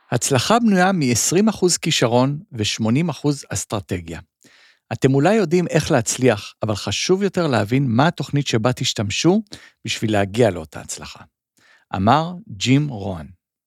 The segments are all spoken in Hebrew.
הצלחה בנויה מ-20% כישרון ו-80% אסטרטגיה. אתם אולי יודעים איך להצליח, אבל חשוב יותר להבין מה התוכנית שבה תשתמשו בשביל להגיע לאותה הצלחה. אמר ג'ים רון.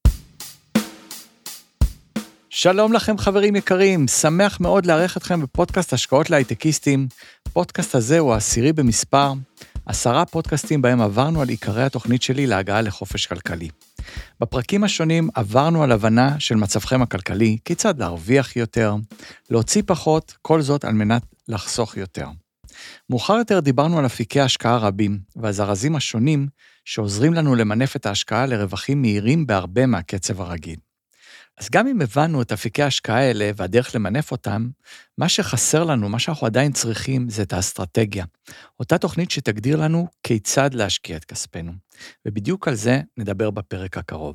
שלום לכם חברים יקרים, שמח מאוד לארח אתכם בפודקאסט השקעות להייטקיסטים. פודקאסט הזה הוא העשירי במספר, 10 פודקאסטים בהם עברנו על עיקרי התוכנית שלי להגעה לחופש כלכלי. בפרקים השונים עברנו על הבנה של מצבכם הכלכלי, כיצד להרוויח יותר, להוציא פחות, כל זאת על מנת לחסוך יותר. מאוחר יותר דיברנו על אפיקי השקעה רבים, והזרזים השונים שעוזרים לנו למנף את ההשקעה לרווחים מהירים בהרבה מהקצב הרגיל. אז גם אם הבנו את אפיקי ההשקעה האלה והדרך למנף אותם, מה שחסר לנו, מה שאנחנו עדיין צריכים, זה את האסטרטגיה. אותה תוכנית שתגדיר לנו כיצד להשקיע את כספנו. ובדיוק על זה נדבר בפרק הקרוב.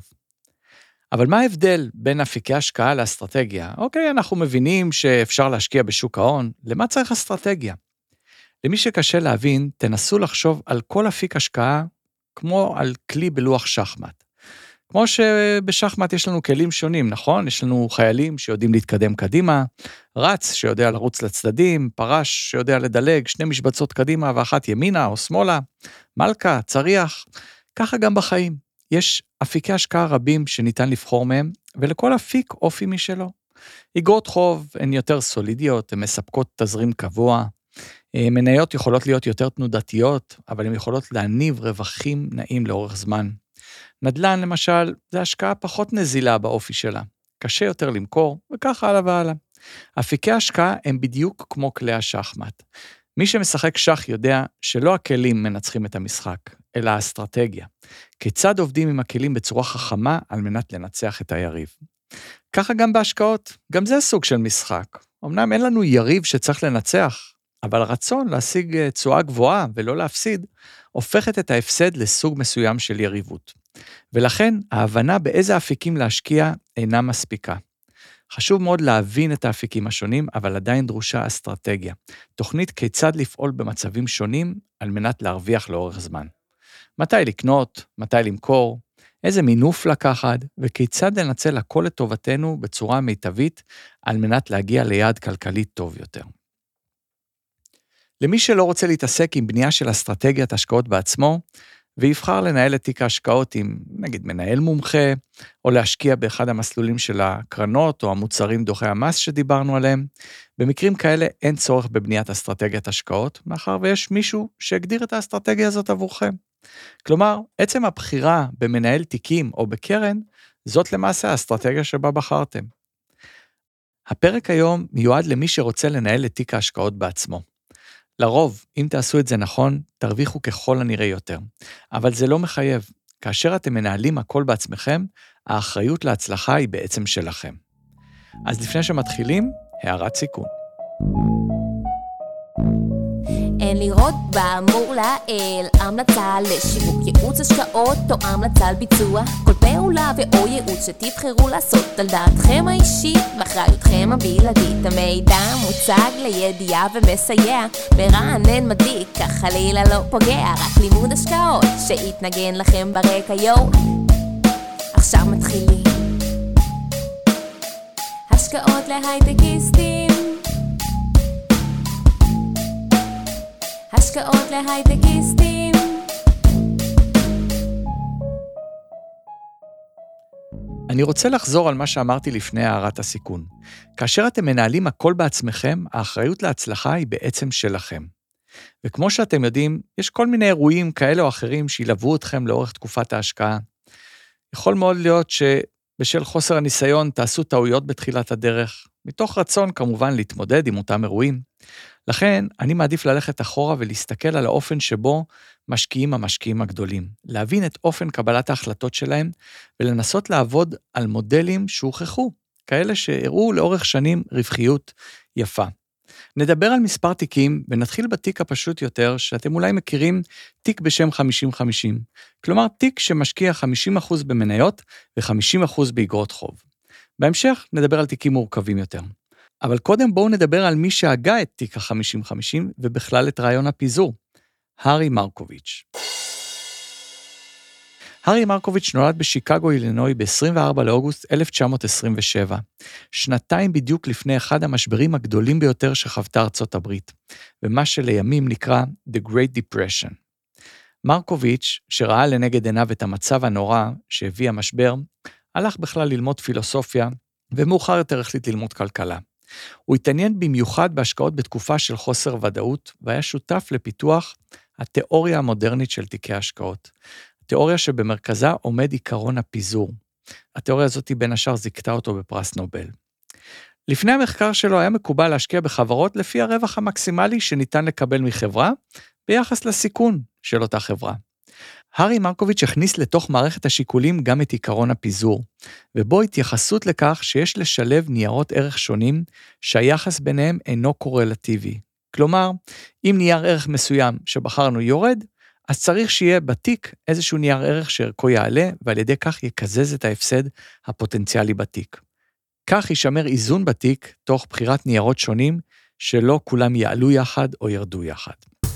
אבל מה ההבדל בין אפיקי השקעה לאסטרטגיה? אוקיי, אנחנו מבינים שאפשר להשקיע בשוק ההון, למה צריך אסטרטגיה? למי שקשה להבין, תנסו לחשוב על כל אפיק השקעה כמו על כלי בלוח שחמט. כמו שבשחמט יש לנו כלים שונים, נכון? יש לנו חיילים שיודעים להתקדם קדימה, רץ שיודע לרוץ לצדדים, פרש שיודע לדלג, 2 משבצות קדימה ואחת ימינה או שמאלה, מלכה, צריח. ככה גם בחיים. יש אפיקי השקעה רבים שניתן לבחור מהם, ולכל אפיק אופי משלו. אגרות חוב הן יותר סולידיות, הן מספקות תזרים קבוע, מניות יכולות להיות יותר תנודתיות, אבל הן יכולות להניב רווחים נעים לאורך זמן. נדל"ן, למשל, זה השקעה פחות נזילה באופי שלה. קשה יותר למכור, וככה הלאה והלאה. אפיקי השקעה הם בדיוק כמו כלי השחמט. מי שמשחק שח יודע שלא הכלים מנצחים את המשחק, אלא האסטרטגיה. כיצד עובדים עם הכלים בצורה חכמה על מנת לנצח את היריב. ככה גם בהשקעות, גם זה סוג של משחק. אמנם אין לנו יריב שצריך לנצח, אבל הרצון להשיג תשואה גבוהה ולא להפסיד, הופכת את ההפסד לסוג מסוים של יריבות. ולכן ההבנה באיזה אפיקים להשקיע אינה מספיקה. חשוב מאוד להבין את האפיקים השונים, אבל עדיין דרושה אסטרטגיה. תוכנית כיצד לפעול במצבים שונים על מנת להרוויח לאורך זמן. מתי לקנות, מתי למכור, איזה מינוף לקחת, וכיצד לנצל הכל לטובתנו בצורה מיטבית על מנת להגיע ליעד כלכלי טוב יותר. למי שלא רוצה להתעסק עם בנייה של אסטרטגיית השקעות בעצמו, ויבחר לנהל את תיק ההשקעות עם, נגיד, מנהל מומחה, או להשקיע באחד המסלולים של הקרנות, או המוצרים דוחי המס שדיברנו עליהם, במקרים כאלה אין צורך בבניית אסטרטגיית השקעות, מאחר ויש מישהו שהגדיר את האסטרטגיה הזאת עבורכם. כלומר, עצם הבחירה במנהל תיקים או בקרן, זאת למעשה האסטרטגיה שבה בחרתם. הפרק היום מיועד למי שרוצה לנהל את תיק ההשקעות בעצמו. לרוב, אם תעשו את זה נכון, תרוויחו ככל הנראה יותר. אבל זה לא מחייב. כאשר אתם מנהלים הכל בעצמכם, האחריות להצלחה היא בעצם שלכם. אז לפני שמתחילים, הערת סיכון. אין לראות באמור לעיל, המלצה לשיווק ייעוץ השקעות או המלצה לביצוע כל פעולה ואו ייעוץ שתבחרו לעשות על דעתכם האישית ואחריותכם הבלעדית. המידע מוצג לידיעה ומסייע, מרענן מדיק, כך חלילה לא פוגע, רק לימוד השקעות שיתנגן לכם ברקע. יו, עכשיו מתחילים. השקעות להייטקיסטים, השקעות להייטקיסטים. אני רוצה לחזור על מה שאמרתי לפני הערת הסיכון. כאשר אתם מנהלים הכל בעצמכם, האחריות להצלחה היא בעצם שלכם. וכמו שאתם יודעים, יש כל מיני אירועים כאלה או אחרים שילוו אתכם לאורך תקופת ההשקעה. יכול מאוד להיות שבשל חוסר הניסיון תעשו טעויות בתחילת הדרך, מתוך רצון כמובן להתמודד עם אותם אירועים. לכן אני מעדיף ללכת אחורה ולהסתכל על האופן שבו משקיעים המשקיעים הגדולים, להבין את אופן קבלת ההחלטות שלהם, ולנסות לעבוד על מודלים שהוכחו, כאלה שהראו לאורך שנים רווחיות יפה. נדבר על מספר תיקים, ונתחיל בתיק הפשוט יותר, שאתם אולי מכירים תיק בשם 50-50, כלומר תיק שמשקיע 50% במניות ו50% באגרות חוב. בהמשך נדבר על תיקים מורכבים יותר. אבל קודם בואו נדבר על מי שהגה את תיק ה-50-50 ובכלל את רעיון הפיזור, הארי מרקוביץ'. הארי מרקוביץ' נולד בשיקגו, אילינוי, ב-24 לאוגוסט 1927, שנתיים בדיוק לפני אחד המשברים הגדולים ביותר שחוותה ארצות הברית, ומה שלימים נקרא The Great Depression. מרקוביץ', שראה לנגד עיניו את המצב הנורא שהביא המשבר, הלך בכלל ללמוד פילוסופיה, ומאוחר יותר החליט ללמוד כלכלה. הוא התעניין במיוחד בהשקעות בתקופה של חוסר ודאות, והיה שותף לפיתוח התיאוריה המודרנית של תיקי השקעות. תיאוריה שבמרכזה עומד עיקרון הפיזור. התיאוריה הזאת בין השאר זיכתה אותו בפרס נובל. לפני המחקר שלו היה מקובל להשקיע בחברות לפי הרווח המקסימלי שניתן לקבל מחברה, ביחס לסיכון של אותה חברה. הארי מרקוביץ' הכניס לתוך מערכת השיקולים גם את עיקרון הפיזור, ובו התייחסות לכך שיש לשלב ניירות ערך שונים, שהיחס ביניהם אינו קורלטיבי. כלומר, אם נייר ערך מסוים שבחרנו יורד, אז צריך שיהיה בתיק איזשהו נייר ערך שערכו יעלה, ועל ידי כך יקזז את ההפסד הפוטנציאלי בתיק. כך יישמר איזון בתיק, תוך בחירת ניירות שונים, שלא כולם יעלו יחד או ירדו יחד.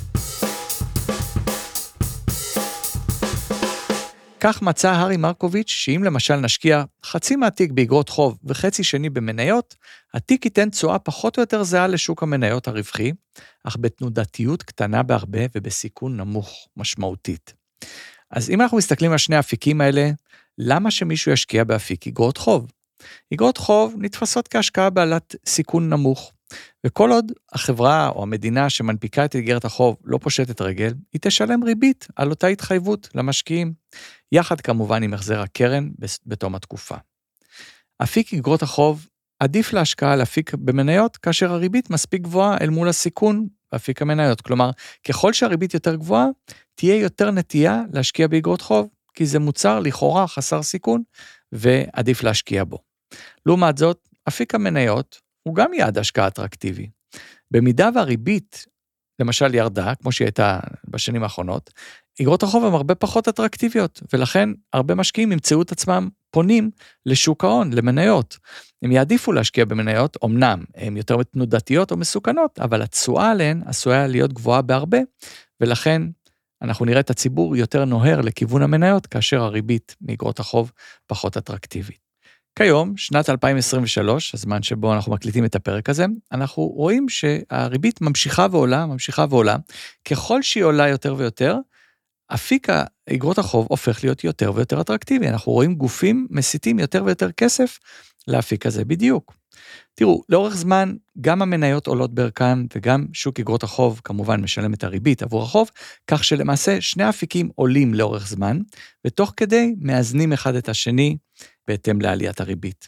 כך מצא הארי מרקוביץ' שאם למשל נשקיע חצי מהתיק באגרות חוב וחצי שני במניות, התיק ייתן תשואה פחות או יותר זהה לשוק המניות הרווחי, אך בתנודתיות קטנה בהרבה ובסיכון נמוך משמעותית. אז אם אנחנו מסתכלים על שני האפיקים האלה, למה שמישהו ישקיע באפיק אגרות חוב? אגרות חוב נתפסות כהשקעה בעלת סיכון נמוך, וכל עוד החברה או המדינה שמנפיקה את אגרת החוב לא פושטת רגל, היא תשלם ריבית על אותה התחייבות למשקיעים, יחד כמובן עם החזר הקרן בתום התקופה. אפיק אגרות החוב עדיף להשקעה על אפיק במניות, כאשר הריבית מספיק גבוהה אל מול הסיכון באפיק המניות. כלומר, ככל שהריבית יותר גבוהה, תהיה יותר נטייה להשקיע באגרות חוב, כי זה מוצר לכאורה חסר סיכון, ועדיף להשקיע בו. לעומת זאת, אפיק המניות הוא גם יעד השקעה אטרקטיבי. במידה והריבית, למשל ירדה, כמו שהיא הייתה בשנים האחרונות, אגרות החוב הן הרבה פחות אטרקטיביות, ולכן הרבה משקיעים ימצאו את עצמם פונים לשוק ההון, למניות. הם יעדיפו להשקיע במניות, אמנם הן יותר תנודתיות או מסוכנות, אבל התשואה עליהן עשויה להיות גבוהה בהרבה, ולכן אנחנו נראה את הציבור יותר נוהר לכיוון המניות, כאשר הריבית מאגרות החוב פחות אטרקטיבית. כיום, שנת 2023, הזמן שבו אנחנו מקליטים את הפרק הזה, אנחנו רואים שהריבית ממשיכה ועולה, ככל שהיא עולה יותר ויותר, אפיק אגרות החוב הופך להיות יותר ויותר אטרקטיבי. אנחנו רואים גופים מסיטים יותר ויותר כסף לאפיק הזה בדיוק. תראו, לאורך זמן, גם המניות עולות בערכן, וגם שוק אגרות החוב כמובן משלם את הריבית עבור החוב, כך שלמעשה שני אפיקים עולים לאורך זמן, ותוך כדי מאזנים אחד את השני, בהתאם לעליית הריבית.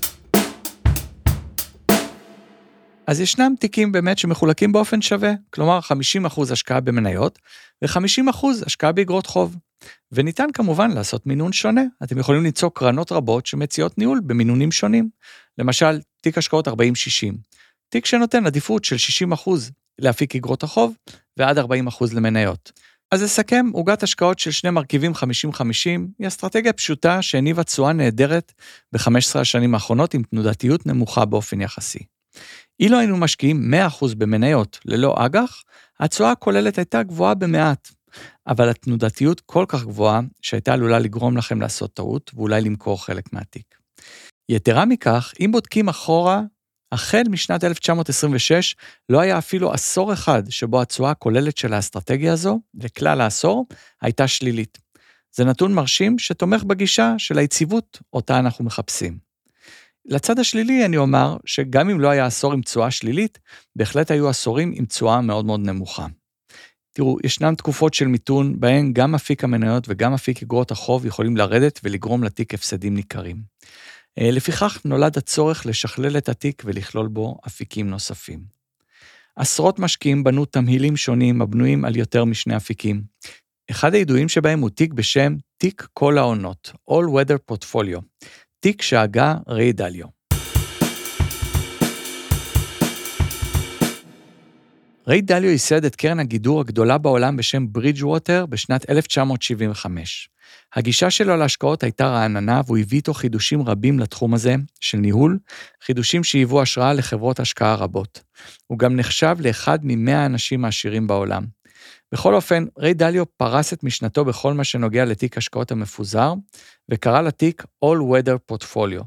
אז ישנם תיקים באמת שמחולקים באופן שווה, כלומר 50% השקעה במניות, ו50% השקעה באגרות חוב. וניתן כמובן לעשות מינון שונה. אתם יכולים ליצור קרנות רבות שמציעות ניהול במינונים שונים. למשל, תיק השקעות 40-60. תיק שנותן עדיפות של 60% להפיק אגרות החוב, ועד 40% למניות. אז לסכם, עוגת השקעות של שני מרכיבים 50-50, היא אסטרטגיה פשוטה שהניבה תשואה נהדרת ב-15 השנים האחרונות עם תנודתיות נמוכה באופן יחסי. אילו היינו משקיעים 100% במניות ללא אג"ח, התשואה הכוללת הייתה גבוהה במעט, אבל התנודתיות כל כך גבוהה שהייתה עלולה לגרום לכם לעשות טעות ואולי למכור חלק מהתיק. יתרה מכך, אם בודקים אחורה, החל משנת 1926 לא היה אפילו עשור אחד שבו התשואה הכוללת של האסטרטגיה הזו, לכלל העשור, הייתה שלילית. זה נתון מרשים שתומך בגישה של היציבות אותה אנחנו מחפשים. לצד השלילי אני אומר שגם אם לא היה עשור עם תשואה שלילית, בהחלט היו עשורים עם תשואה מאוד מאוד נמוכה. תראו, ישנן תקופות של מיתון בהן גם אפיק המניות וגם אפיק אגרות החוב יכולים לרדת ולגרום לתיק הפסדים ניכרים. לפיכך נולד הצורך לשכלל את התיק ולכלול בו אפיקים נוספים. עשרות משקיעים בנו תמהילים שונים הבנויים על יותר משני אפיקים. אחד הידועים שבהם הוא תיק בשם תיק כל העונות, All Weather Portfolio, תיק שהגה ריי דליו. ריי דליו ייסד את קרן הגידור הגדולה בעולם בשם ברידג'ווטר בשנת 1975. הגישה שלו להשקעות הייתה רעננה, והוא הביא איתו חידושים רבים לתחום הזה של ניהול, חידושים שהיוו השראה לחברות השקעה רבות. הוא גם נחשב לאחד מ100 האנשים העשירים בעולם. בכל אופן, ריי דליו פרס את משנתו בכל מה שנוגע לתיק השקעות המפוזר, וקרא לתיק All Weather Portfolio.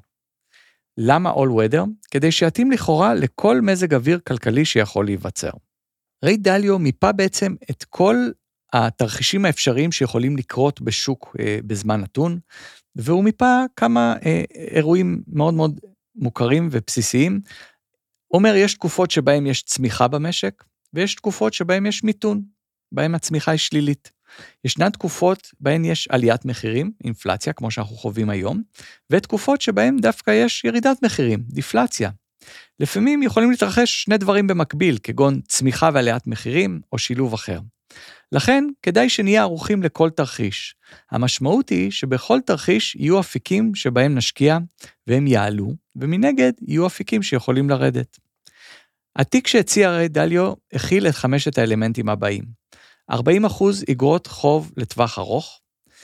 למה All Weather? כדי שיתאים לכאורה לכל מזג אוויר כלכלי שיכול להיווצר. ריי דליו מיפה בעצם את כל התרחישים האפשריים שיכולים לקרות בשוק בזמן נתון, והוא מיפה כמה אירועים מאוד מאוד מוכרים ובסיסיים. הוא אומר, יש תקופות שבהם יש צמיחה במשק, ויש תקופות שבהם יש מיתון, בהם הצמיחה היא שלילית. ישנן תקופות בהן יש עליית מחירים, אינפלציה, כמו שאנחנו חווים היום, ותקופות שבהן דווקא יש ירידת מחירים, דיפלציה. לפעמים יכולים להתרחש שני דברים במקביל, כגון צמיחה ועליית מחירים, או שילוב אחר. לכן, כדאי שנהיה ערוכים לכל תרחיש. המשמעות היא שבכל תרחיש יהיו אפיקים שבהם נשקיע, והם יעלו, ומנגד יהיו אפיקים שיכולים לרדת. התיק שהציע ריי דליו הכיל את 5 האלמנטים הבאים. 40% אגרות חוב לטווח ארוך,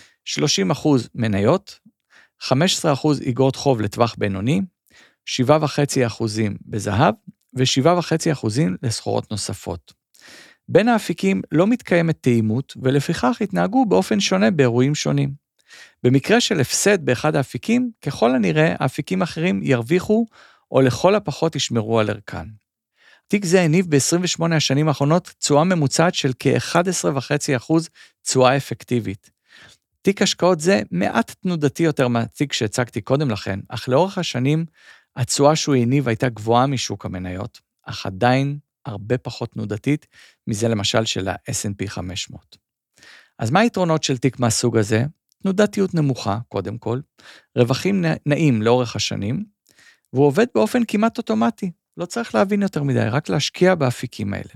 30% מניות, 15% אגרות חוב לטווח בינוני, 7.5% בזהב, ו7.5% לסחורות נוספות. בין האפיקים לא מתקיימת תאימות, ולפיכך התנהגו באופן שונה באירועים שונים. במקרה של הפסד באחד האפיקים, ככל הנראה האפיקים אחרים ירוויחו, או לכל הפחות ישמרו על ערכן. תיק זה הניב ב-28 השנים האחרונות תשואה ממוצעת של כ-11.5% תשואה אפקטיבית. תיק השקעות זה מעט תנודתי יותר מהתיק שהצגתי קודם לכן, אך לאורך השנים התשואה שהוא הניב הייתה גבוהה משוק המניות, אך עדיין הרבה פחות תנודתית מזה למשל של ה-S&P 500. אז מה היתרונות של תיק מהסוג הזה? תנודתיות נמוכה, קודם כל, רווחים נעים לאורך השנים, והוא עובד באופן כמעט אוטומטי. לא צריך להבין יותר מדי, רק להשקיע באפיקים האלה.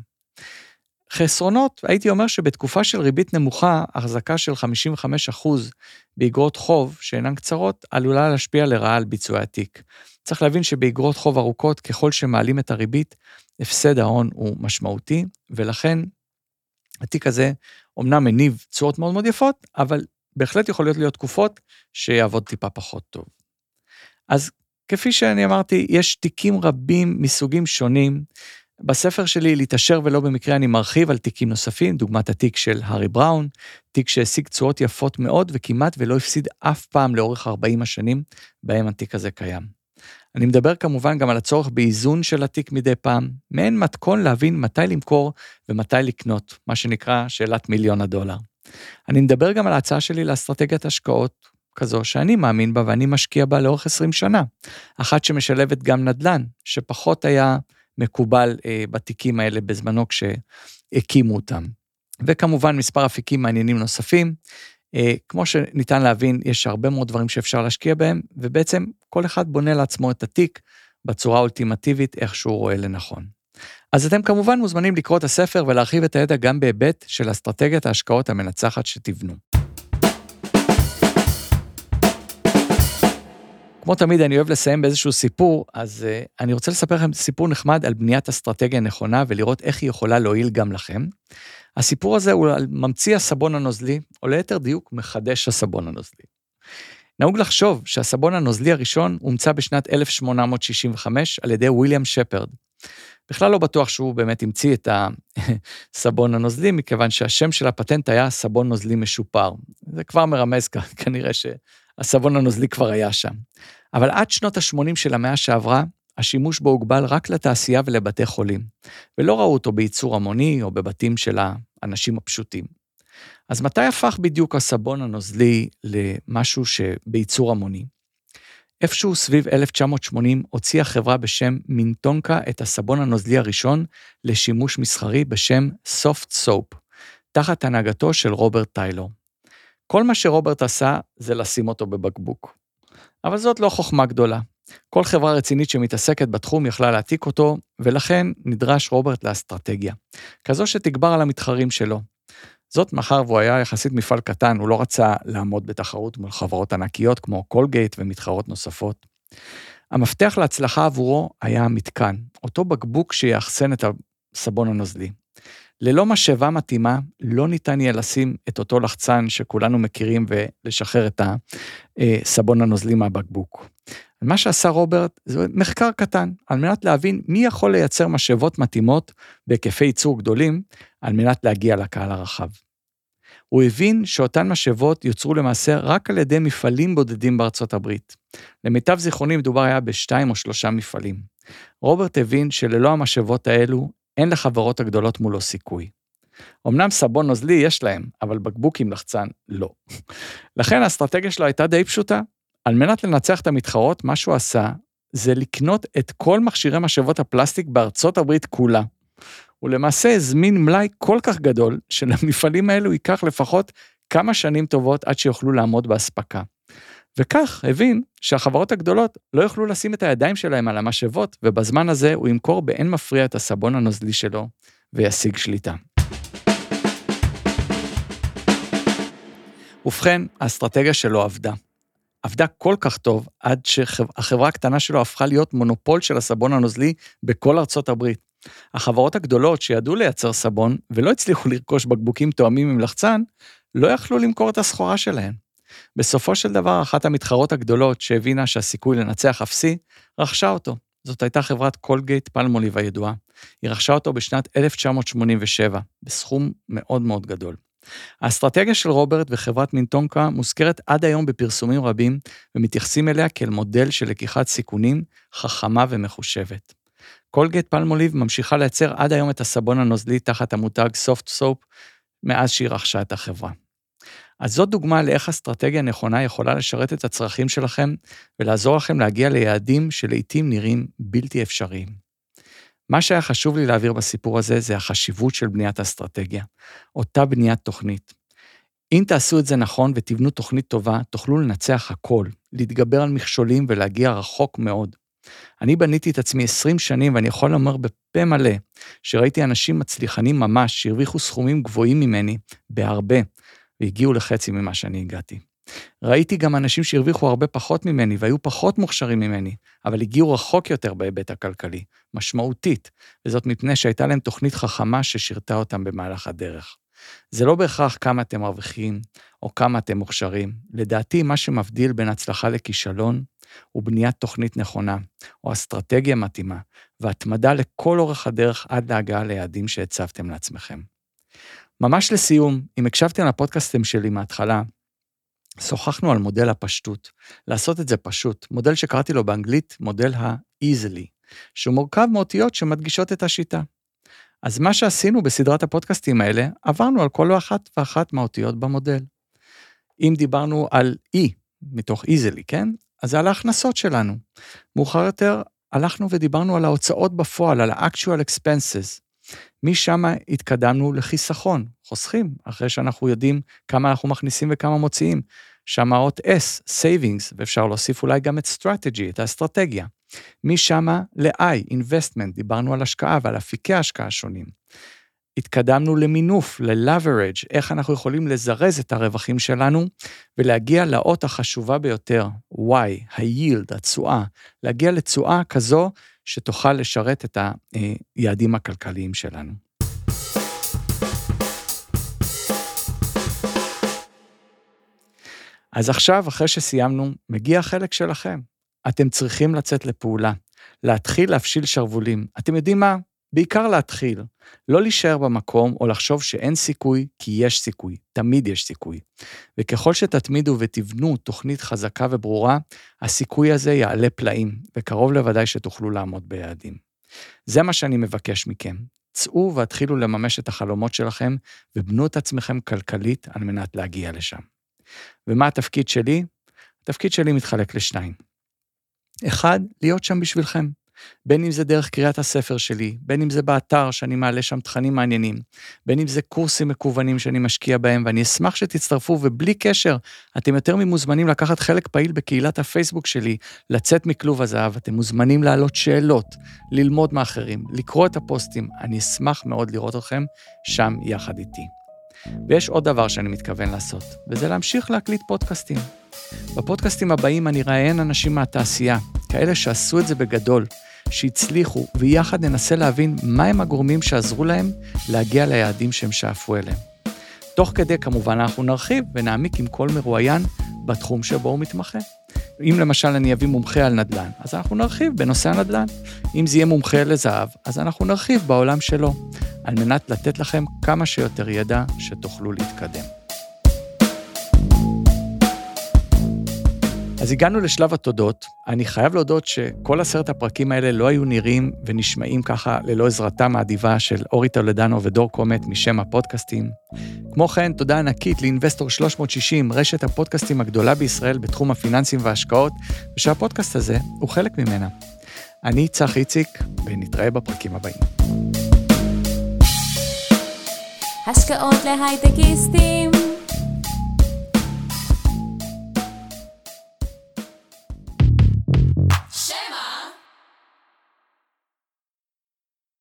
חסרונות, הייתי אומר שבתקופה של ריבית נמוכה, החזקה של 55% באגרות חוב שאינן קצרות, עלולה להשפיע לרעה על ביצועי התיק. צריך להבין שבאגרות חוב ארוכות, ככל שמעלים את הריבית, הפסד ההון הוא משמעותי, ולכן התיק הזה אומנם מניב תשואות מאוד מאוד יפות, אבל בהחלט יכולות להיות תקופות שיעבוד טיפה פחות טוב. אז כפי שאני אמרתי, יש תיקים רבים מסוגים שונים. בספר שלי, להתעשר ולא במקרה, אני מרחיב על תיקים נוספים, דוגמת התיק של הארי בראון, תיק שהשיג תשואות יפות מאוד, וכמעט ולא הפסיד אף פעם לאורך 40 השנים, בהם התיק הזה קיים. אני מדבר כמובן גם על הצורך באיזון של התיק מדי פעם, מעין מתכון להבין מתי למכור ומתי לקנות, מה שנקרא שאלת $1,000,000. אני מדבר גם על ההצעה שלי לאסטרטגיית השקעות, כזו שאני מאמין בה ואני משקיע בה לאורך 20 שנה. אחת שמשלבת גם נדל"ן, שפחות היה מקובל בתיקים האלה בזמנו כשהקימו אותם. וכמובן מספר אפיקים מעניינים נוספים, כמו שניתן להבין, יש הרבה מאוד דברים שאפשר להשקיע בהם, ובעצם כל אחד בונה לעצמו את התיק בצורה אולטימטיבית, איך שהוא רואה לנכון. אז אתם כמובן מוזמנים לקרוא את הספר ולהרחיב את הידע גם בהיבט של אסטרטגיית ההשקעות המנצחת שתבנו. כמו תמיד אני אוהב לסיים באיזשהו סיפור, אז אני רוצה לספר לכם סיפור נחמד על בניית אסטרטגיה נכונה, ולראות איך היא יכולה להועיל גם לכם. הסיפור הזה הוא על ממציא הסבון הנוזלי, או ליתר דיוק מחדש הסבון הנוזלי. נהוג לחשוב שהסבון הנוזלי הראשון הומצא בשנת 1865 על ידי וויליאם שפרד. בכלל לא בטוח שהוא באמת המציא את הסבון הנוזלי, מכיוון שהשם של הפטנט היה סבון נוזלי משופר. זה כבר מרמז כנראה שהסבון הנוזלי כבר היה שם. אבל עד שנות ה-80 של המאה שעברה, השימוש בו הוגבל רק לתעשייה ולבתי חולים, ולא ראו אותו בייצור המוני או בבתים של האנשים הפשוטים. אז מתי הפך בדיוק הסבון הנוזלי למשהו שבייצור המוני? איפשהו סביב 1980 הוציאה חברה בשם מינטונקה את הסבון הנוזלי הראשון לשימוש מסחרי בשם Soft Soap, תחת הנהגתו של רוברט טיילור. כל מה שרוברט עשה זה לשים אותו בבקבוק. אבל זאת לא חוכמה גדולה. כל חברה רצינית שמתעסקת בתחום יכלה להעתיק אותו, ולכן נדרש רוברט לאסטרטגיה, כזו שתגבר על המתחרים שלו. זאת מאחר והוא היה יחסית מפעל קטן, הוא לא רצה לעמוד בתחרות מול חברות ענקיות כמו קולגייט ומתחרות נוספות. המפתח להצלחה עבורו היה המתקן, אותו בקבוק שיאחסן את הסבון הנוזלי. ללא משאבה מתאימה, לא ניתן יהיה לשים את אותו לחצן שכולנו מכירים ולשחרר את הסבון הנוזלי מהבקבוק. מה שעשה רוברט זה מחקר קטן, על מנת להבין מי יכול לייצר משאבות מתאימות בהיקפי ייצור גדולים, על מנת להגיע לקהל הרחב. הוא הבין שאותן משאבות יוצרו למעשה רק על ידי מפעלים בודדים בארצות הברית. למיטב זיכרוני מדובר היה ב2 או 3 מפעלים. רוברט הבין שללא המשאבות האלו, אין לחברות הגדולות מולו סיכוי. אמנם סבון נוזלי יש להם, אבל בקבוק עם לחצן לא. לכן האסטרטגיה שלו הייתה די פשוטה. על מנת לנצח את המתחרות, מה שהוא עשה, זה לקנות את כל מכשירי משאבות הפלסטיק בארצות הברית כולה. הוא למעשה הזמין מלאי כל כך גדול, שלמפעלים האלו ייקח לפחות כמה שנים טובות עד שיוכלו לעמוד בהספקה. וכך הבין שהחברות הגדולות לא יוכלו לשים את הידיים שלהם על המשאבות, ובזמן הזה הוא ימכור באין מפריע את הסבון הנוזלי שלו, וישיג שליטה. ובכן, האסטרטגיה שלו עבדה כל כך טוב, עד שהחברה הקטנה שלו הפכה להיות מונופול של הסבון הנוזלי בכל ארצות הברית. החברות הגדולות שידעו לייצר סבון, ולא הצליחו לרכוש בקבוקים תואמים עם לחצן, לא יכלו למכור את הסחורה שלהם. בסופו של דבר, אחת המתחרות הגדולות שהבינה שהסיכוי לנצח אפסי, רכשה אותו. זאת הייתה חברת קולגייט פלמוליב הידועה. היא רכשה אותו בשנת 1987, בסכום מאוד מאוד גדול. האסטרטגיה של רוברט וחברת מינטונקה מוזכרת עד היום בפרסומים רבים, ומתייחסים אליה כאל מודל של לקיחת סיכונים, חכמה ומחושבת. קולגייט פלמוליב ממשיכה לייצר עד היום את הסבון הנוזלי תחת המותג סופט סופ, מאז שהיא רכשה את החברה. אז זאת דוגמה לאיך אסטרטגיה נכונה יכולה לשרת את הצרכים שלכם, ולעזור לכם להגיע ליעדים שלעיתים נראים בלתי אפשריים. מה שהיה חשוב לי להעביר בסיפור הזה, זה החשיבות של בניית האסטרטגיה, אותה בניית תוכנית. אם תעשו את זה נכון ותבנו תוכנית טובה, תוכלו לנצח הכל, להתגבר על מכשולים ולהגיע רחוק מאוד. אני בניתי את עצמי 20 שנים, ואני יכול לומר בפה מלא, שראיתי אנשים מצליחנים ממש, שהרוויחו סכומים גבוהים ממני, בהרבה, והגיעו לחצי ממה שאני הגעתי. ראיתי גם אנשים שהרוויחו הרבה פחות ממני, והיו פחות מוכשרים ממני, אבל הגיעו רחוק יותר בהיבט הכלכלי, משמעותית, וזאת מפני שהייתה להם תוכנית חכמה ששירתה אותם במהלך הדרך. זה לא בהכרח כמה אתם מרוויחים, או כמה אתם מוכשרים. לדעתי, מה שמבדיל בין הצלחה לכישלון, הוא בניית תוכנית נכונה, או אסטרטגיה מתאימה, והתמדה לכל אורך הדרך עד להגעה ליעדים שהצבתם לעצמכם. ממש לסיום, אם הקשבתם לפודקאסטים שלי מההתחלה, שוחחנו על מודל הפשטות, לעשות את זה פשוט, מודל שקראתי לו באנגלית, מודל ה-easily, שהוא מורכב מאותיות שמדגישות את השיטה. אז מה שעשינו בסדרת הפודקאסטים האלה, עברנו על כל אחת ואחת מהאותיות במודל. אם דיברנו על E, מתוך easily, כן? אז זה על ההכנסות שלנו. מאוחר יותר הלכנו ודיברנו על ההוצאות בפועל, על ה-actual expenses. משם התקדמנו לחיסכון, חוסכים, אחרי שאנחנו יודעים כמה אנחנו מכניסים וכמה מוציאים. שם האות S, savings, ואפשר להוסיף אולי גם את strategy, את האסטרטגיה. משם ל-I, investment, דיברנו על השקעה ועל אפיקי ההשקעה השונים. התקדמנו למינוף, ל-leverage, איך אנחנו יכולים לזרז את הרווחים שלנו, ולהגיע לאות החשובה ביותר, Y, ה-yield, התשואה, להגיע לתשואה כזו שתוכל לשרת את היעדים הכלכליים שלנו. אז עכשיו, אחרי שסיימנו, מגיע החלק שלכם. אתם צריכים לצאת לפעולה, להתחיל להפשיל שרבולים. אתם יודעים מה? בעיקר להתחיל, לא להישאר במקום או לחשוב שאין סיכוי, כי יש סיכוי, תמיד יש סיכוי. וככל שתתמידו ותבנו תוכנית חזקה וברורה, הסיכוי הזה יעלה פלאים, וקרוב לוודאי שתוכלו לעמוד ביעדים. זה מה שאני מבקש מכם. צאו והתחילו לממש את החלומות שלכם, ובנו את עצמכם כלכלית על מנת להגיע לשם. ומה התפקיד שלי? התפקיד שלי מתחלק לשניים. אחד, להיות שם בשבילכם. בין אם זה דרך קריאת הספר שלי, בין אם זה באתר שאני מעלה שם תכנים מעניינים, בין אם זה קורסים מקוונים שאני משקיע בהם, ואני אשמח שתצטרפו, ובלי קשר, אתם יותר ממוזמנים לקחת חלק פעיל בקהילת הפייסבוק שלי, לצאת מכלוב הזהב, אתם מוזמנים להעלות שאלות, ללמוד מאחרים, לקרוא את הפוסטים, אני אשמח מאוד לראות אתכם שם יחד איתי. ויש עוד דבר שאני מתכוון לעשות, וזה להמשיך להקליט פודקאסטים. בפודקאסטים הבאים אני ראיין אנשים מהתעשייה, כאלה שעשו את זה בגדול, שהצליחו, ויחד ננסה להבין מהם הגורמים שעזרו להם להגיע ליעדים שהם שאפו אליהם. תוך כדי כמובן אנחנו נרחיב ונעמיק עם כל מרואיין בתחום שבו הוא מתמחה. אם למשל אני אביא מומחה על נדל"ן, אז אנחנו נרחיב בנושא הנדל"ן. אם זה יהיה מומחה לזהב, אז אנחנו נרחיב בעולם שלו, על מנת לתת לכם כמה שיותר ידע שתוכלו להתקדם. אז הגענו לשלב התודות. אני חייב להודות שכל 10 הפרקים האלה לא היו נראים ונשמעים ככה ללא עזרתם האדיבה של אורי טולדנו ודור קומט משם הפודקאסטים. כמו כן, תודה ענקית לאינבסטור 360, רשת הפודקאסטים הגדולה בישראל בתחום הפיננסים וההשקעות, ושהפודקאסט הזה הוא חלק ממנה. אני צח איציק, ונתראה בפרקים הבאים. השקעות להייטקיסטים